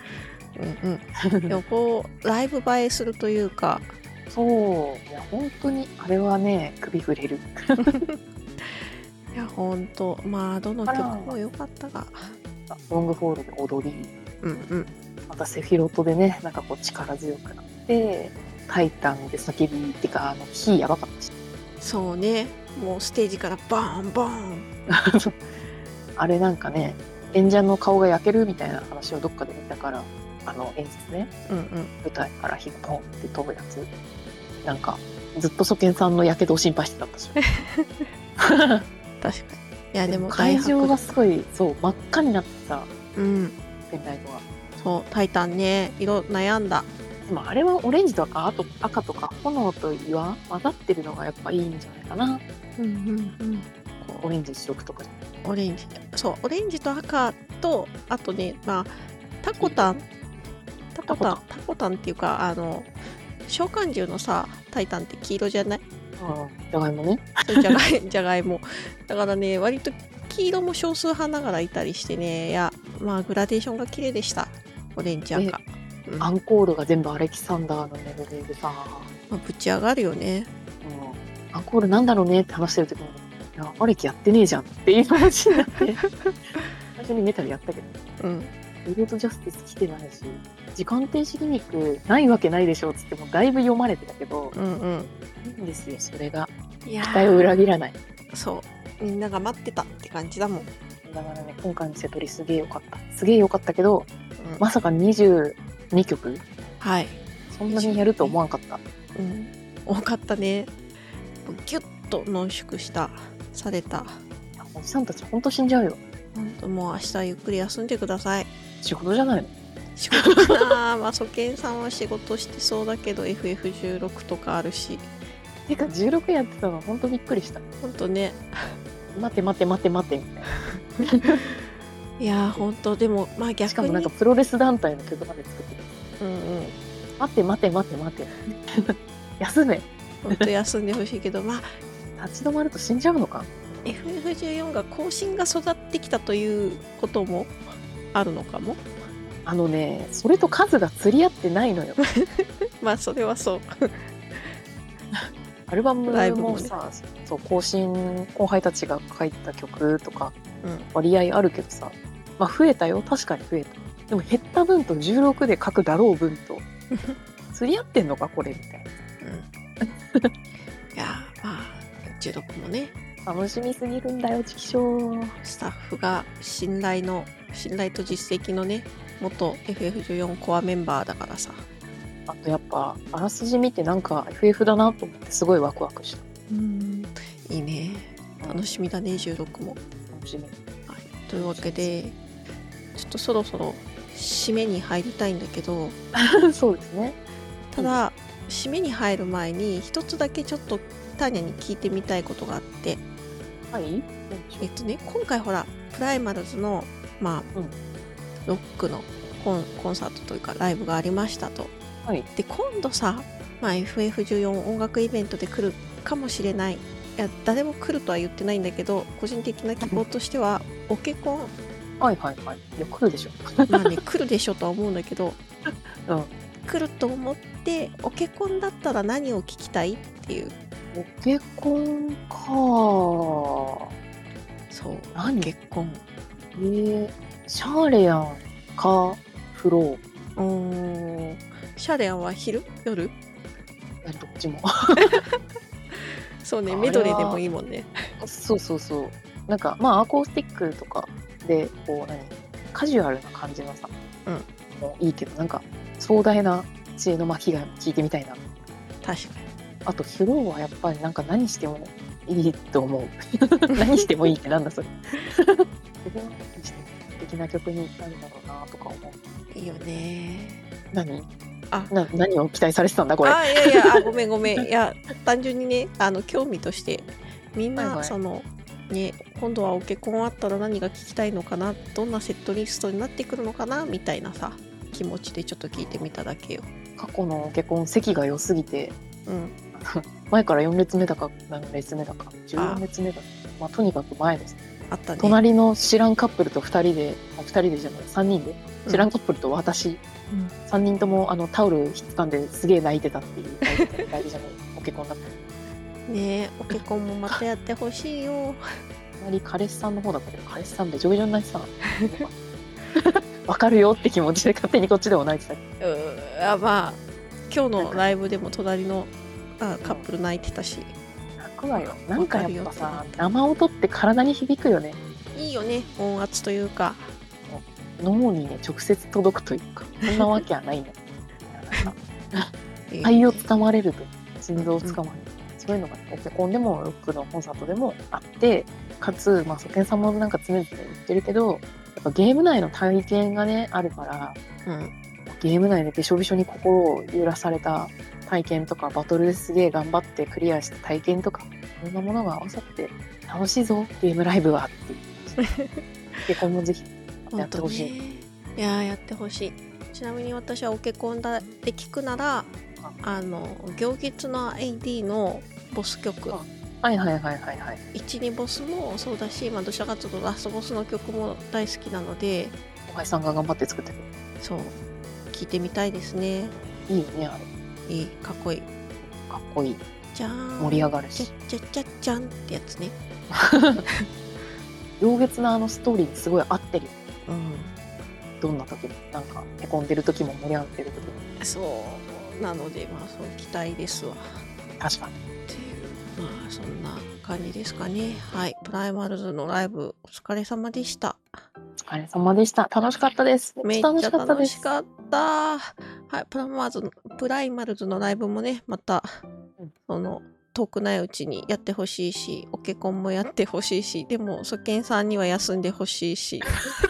うんうん。でもこうライブ映えするというか。 そういや本当にあれはね首振れる。 いや本当まあどの曲も良かったが。 ロングフォールで踊り、 うんうん、 またセフィロトでねなんかこう力強くなってタイタンで叫びってかあの火やばかったし。 そうねもうステージからバーンバーンあれなんかね演者の顔が焼けるみたいな話をどっかで見たからあの演出ね、 うんうん、 舞台から火がポンって飛ぶやつなんかずっとソケンさんのやけどを心配してたんですよ。 確かにいやでも会場がすごいそう真っ赤になってさ、 うん、 ペンライトがそうタイタンね色悩んだ。 でもあれはオレンジとかあと赤とか炎と岩混ざってるのがやっぱいいんじゃないかな。 うんうんうんオレンジ白とかオレンジそうオレンジと赤とあとねまあタコタンタコタンタコタンっていうかあの召喚獣のさタイタンって黄色じゃない？ ああじゃがいもね。 じゃがいじゃがいもだからね割と黄色も少数派ながらいたりしてねいやまあグラデーションが綺麗でしたオレンジ赤、 うん、アンコールが全部アレキサンダーのメロディーでさ、 まあ、ぶち上がるよね、 うん、アンコールなんだろうねって話してる時にいやアレキやってねえじゃんっていう話になって最初にメタルやったけどうんリロードジャスティス来てないし時間停止ギミックないわけないでしょっつってもだいぶ読まれてたけど、うんうん、いいんですよそれが期待を裏切らない。 そうみんなが待ってたって感じだもん。 だからね今回のセトリすげえ良かったすげえ良かったけど、うん、まさかにじゅうにきょくはいそんなにやると思わんかった、 うん、多かったねギュッと濃縮したされた。 おじさんたちほんと死んじゃうよ。 ほんともう明日ゆっくり休んでください。 仕事じゃないの？ 仕事かなまあソケンさんは仕事してそうだけど エフエフじゅうろく とかあるし。 てかじゅうろくやってたのほんとびっくりした。 ほんとね待て待て待て待てみたいな。 いやほんとでもまあ逆にしかもなんかプロレス団体の曲まで作ってる。うんうん。待て待て待て待て休め。 ほんと休んでほしいけどまあ立ち止まると死んじゃうのか。 エフエフじゅうよん が更新が育ってきたということもあるのかも。 あのねそれと数が釣り合ってないのよ。 まあそれはそうアルバムもさ、ね、そう更新後輩たちが書いた曲とか割合あるけどさ、うん、まあ増えたよ確かに増えた。でも減った分とじゅうろくで書くだろう分と釣り合ってんのかこれみたいな、 うん、いやまあじゅうろくもね楽しみすぎるんだよチキショー。 スタッフが信頼の信頼と実績のね元 エフエフじゅうよん コアメンバーだからさ。 あとやっぱあらすじ見てなんか エフエフ だなと思ってすごいワクワクした。 うんいいね楽しみだねじゅうろくも楽しみ、はい、 というわけでちょっとそろそろ締めに入りたいんだけどそうですね。 ただ締めに入る前に一つだけちょっとターニャに聞いてみたいことがあって、 はいえっとね今回ほらプライマルズのまあ、うん、ロックのコン、コンサートというかライブがありましたと、はい、で今度さ、まあ、エフエフじゅうよん 音楽イベントで来るかもしれない。いや誰も来るとは言ってないんだけど個人的な希望としてはオケコンはいはいはいいや来るでしょまあね来るでしょとは思うんだけど、 うん、 来ると思ってオケコンだったら何を聞きたいっていう。 オケコンかそう何オケコンえー、シャーレアンかフロー。 おシャーレアンは昼夜どっちもそうねメドレーでもいいもんね。 そうそうそうなんかまあアコースティックとかでこう何カジュアルな感じのさ、うん、もういいけどなんか壮大な知恵の巻きが聞いてみたいな。確かに。あとフローはやっぱりなんか何してもいいと思う何してもいいってなんだそれすごい素敵な曲になるんだろうなとか思う。いいよね。何あな何を期待されてたんだこれ。 あいやいやあごめんごめんいや単純にねあの興味としてみんな、はいはい、そのね今度はオケコンあったら何が聞きたいのかなどんなセットリストになってくるのかなみたいなさ気持ちでちょっと聞いてみただけよ。 過去のオケコン席が良すぎて、うん、前からよん列目だか何列目だかじゅうよん列目だかまあとにかく前ですね。 あったね。 隣の知らんカップルとふたりで、あふたりでじゃない、さんにんで、知らんカップルと私、うん、さんにんともあのタオルひっつかんですげえ泣いてたっていうライブじゃない、お結婚だった。 ねえ、お結婚もまたやってほしいよ。 隣彼氏さんの方だったけど、彼氏さんべちょべちょに泣いてたな。わかるよって気持ちで勝手にこっちでも泣いてた。 うー、あ、まあ今日のライブでも隣のあカップル泣いてたし。 泣くわよ。なんかやっぱさ、生音って体に響くよね。 いいよね、音圧というか。 脳にね直接届くというか、そんなわけはないんだ。肺をつかまれると心臓をつかまれる、うん、そういうのがオケコンでもロックのコンサートでもあって、かつまあソケンさんもなんか常々言ってるけど、やっぱゲーム内の体験がねあるから、うん、ゲーム内でびしょびしょに心を揺らされた体験とか、バトルですげえ頑張ってクリアした体験とか、いろんなものが合わさって楽しいぞゲームライブはっていう。オケコンもぜひやってほしい、ね、 いややってほしい。ちなみに私はオケコンだで聞くなら、あの行月の エーディー のボス曲、 はいはいはいはいはい、 いち、にボスもそうだし、まあ、どちらかというとラストボスの曲も大好きなので、 お前さんが頑張って作ってる。 そう聞いてみたいですね。 いいよねあれ。いい、かっこいい。 かっこいい。 じゃーん、 盛り上がるし。 じゃじゃじゃじゃんってやつね。 行月のあのストーリーにすごい合ってる。 うん。 どんな時もなんかへこんでる時も盛り上がってる時も。 そうなので、まあそう期待ですわ。 確かに。 っていう、まあそんな感じですかね。はい、プライマルズのライブお疲れ様でした。 お疲れ様でした。楽しかったです。 めっちゃ楽しかったです。めっちゃ楽しかった。はい、プライマルズのプライマルズのライブもね、また、うん、その遠くないうちにやってほしいし、オケコンもやってほしいし、でもソケンさんには休んでほしいし。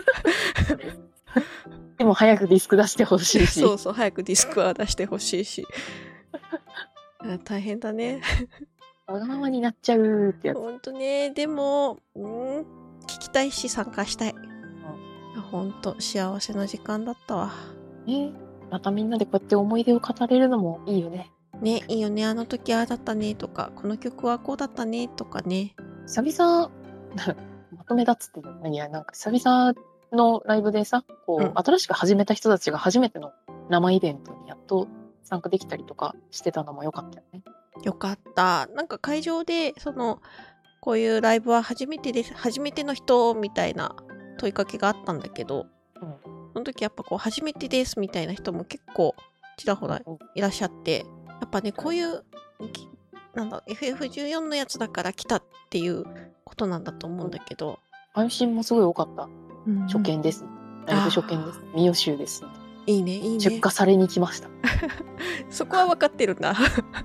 でも早くディスク出してほしいし。 そうそう、早くディスクは出してほしいし。大変だね。 わがままになっちゃうってやつ。 ほんとね、でも、うん、聞きたいし参加したい。うん、ほんと幸せな時間だったわ。 ね、またみんなでこうやって思い出を語れるのもいいよね。 ね、いいよね。あの時ああだったねとか、この曲はこうだったねとかね。 久々まとめだっつってんのに、なんか久々のライブでさ、こう、うん、新しく始めた人たちが初めての生イベントにやっと参加できたりとかしてたのも良かったよね。 よかった。なんか会場でそのこういうライブは初めてです、初めての人みたいな問いかけがあったんだけど、うん、その時やっぱこう初めてですみたいな人も結構ちらほらいらっしゃって、やっぱねこういうなんだ エフエフじゅうよん のやつだから来たっていうことなんだと思うんだけど、 安心もすごい多かった。うん、初見です。ライブ初見です。ミオシュです。 いいね、いいね。 出荷されに来ました。 そこは分かってるんだ。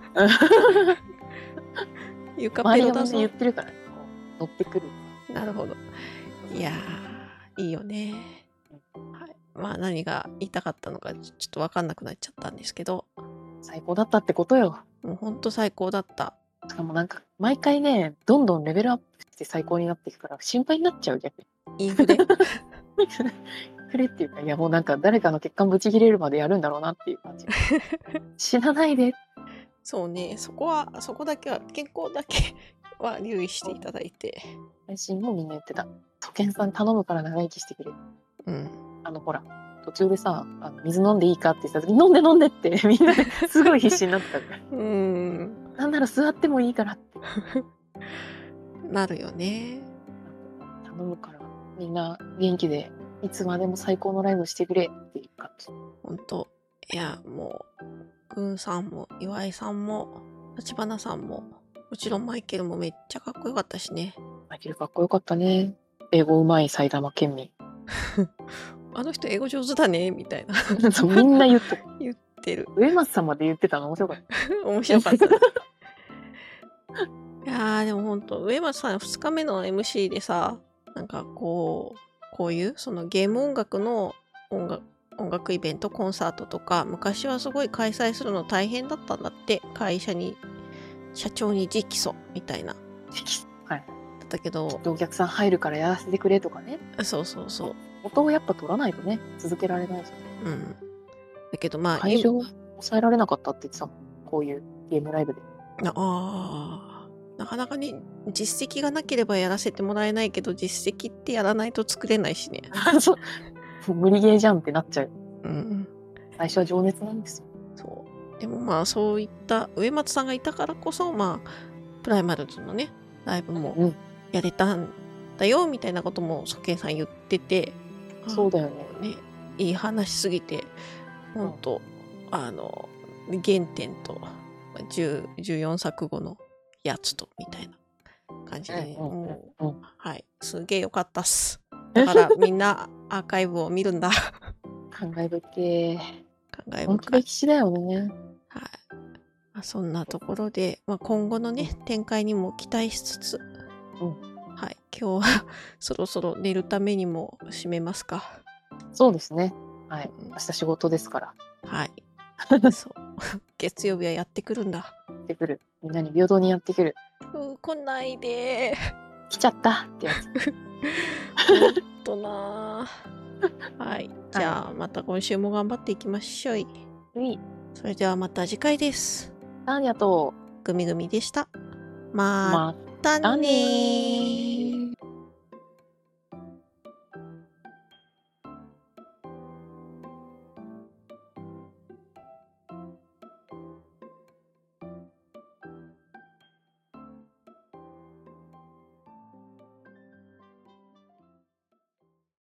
床ペロだぞ。 周りが言ってるから、ね、乗ってくる。 なるほど。いやー、いいよね。はい、まあ何が言いたかったのかちょっと分かんなくなっちゃったんですけど。 最高だったってことよ。 もうほんと最高だった。 しかもなんか毎回ね、どんどんレベルアップして最高になっていくから心配になっちゃう逆に。 インフレフレっていうか、いやもうなんか誰かの血管ぶち切れるまでやるんだろうなっていう感じ。死なないで。 そうね、そこはそこだけは健康だけは留意していただいて。 配信もみんな言ってた。ソケンさん頼むから長生きしてくれ。うん。あのほら途中でさ、あの水飲んでいいかって言った時に飲んで飲んでってみんなすごい必死になってたから。うん。なんなら座ってもいいからって。 なるよね。 頼むからみんな元気でいつまでも最高のライブしてくれっていう感じ。 ほんと。いやもうグンさんも岩井さんも立花さんももちろんマイケルもめっちゃかっこよかったしね。 マイケルかっこよかったね。英語うまい埼玉県民。 あの人英語上手だねみたいな。 そうみんな言ってる。 言ってる。 上松さんまで言ってたの面白かった。 面白かった。いやーでもほんと上松さんふつかめの エムシー でさ、なんかこうこういうそのゲーム音楽の音楽音楽イベントコンサートとか昔はすごい開催するの大変だったんだって。会社に社長に直訴みたいな。 はい。 だったけどお客さん入るからやらせてくれとかね。 そうそうそう。 音をやっぱ取らないとね続けられないじゃん。うん。 だけどまあ会場抑えられなかったって言ってたもん。こういうゲームライブで。 ああ。 なかなかね、実績がなければやらせてもらえないけど、実績ってやらないと作れないしね。 そう無理ゲーじゃんってなっちゃう。 うん。 最初は情熱なんですよ。 そう。でもまあそういった植松さんがいたからこそ、まあプライマルズのねライブもやれたんだよみたいなこともソケンさん言ってて、 そうだよね。 ね、いい話すぎて本当、うん、あの原点とじゅう、じゅうよんさくごのやつとみたいな感じで、ね、うんもう、うん、はいすげえよかったっす。だからみんなアーカイブを見るんだ。 感慨深い。 感慨深い。 本当歴史だよね。はい。 まあ、そんなところで、まあ、今後のね、うん、展開にも期待しつつ、うん、はい、今日はそろそろ寝るためにも締めますか。 そうですね。はい。明日仕事ですから。 はい。そう。月曜日はやってくるんだ。 やってくる。みんなに平等にやってくる。 うん、来ないで。 来ちゃったってやつ。 ほんとな。はい。じゃあ、また今週も頑張っていきましょう。はい。それではまた次回です。 ありがとう。グミグミでした。またねー。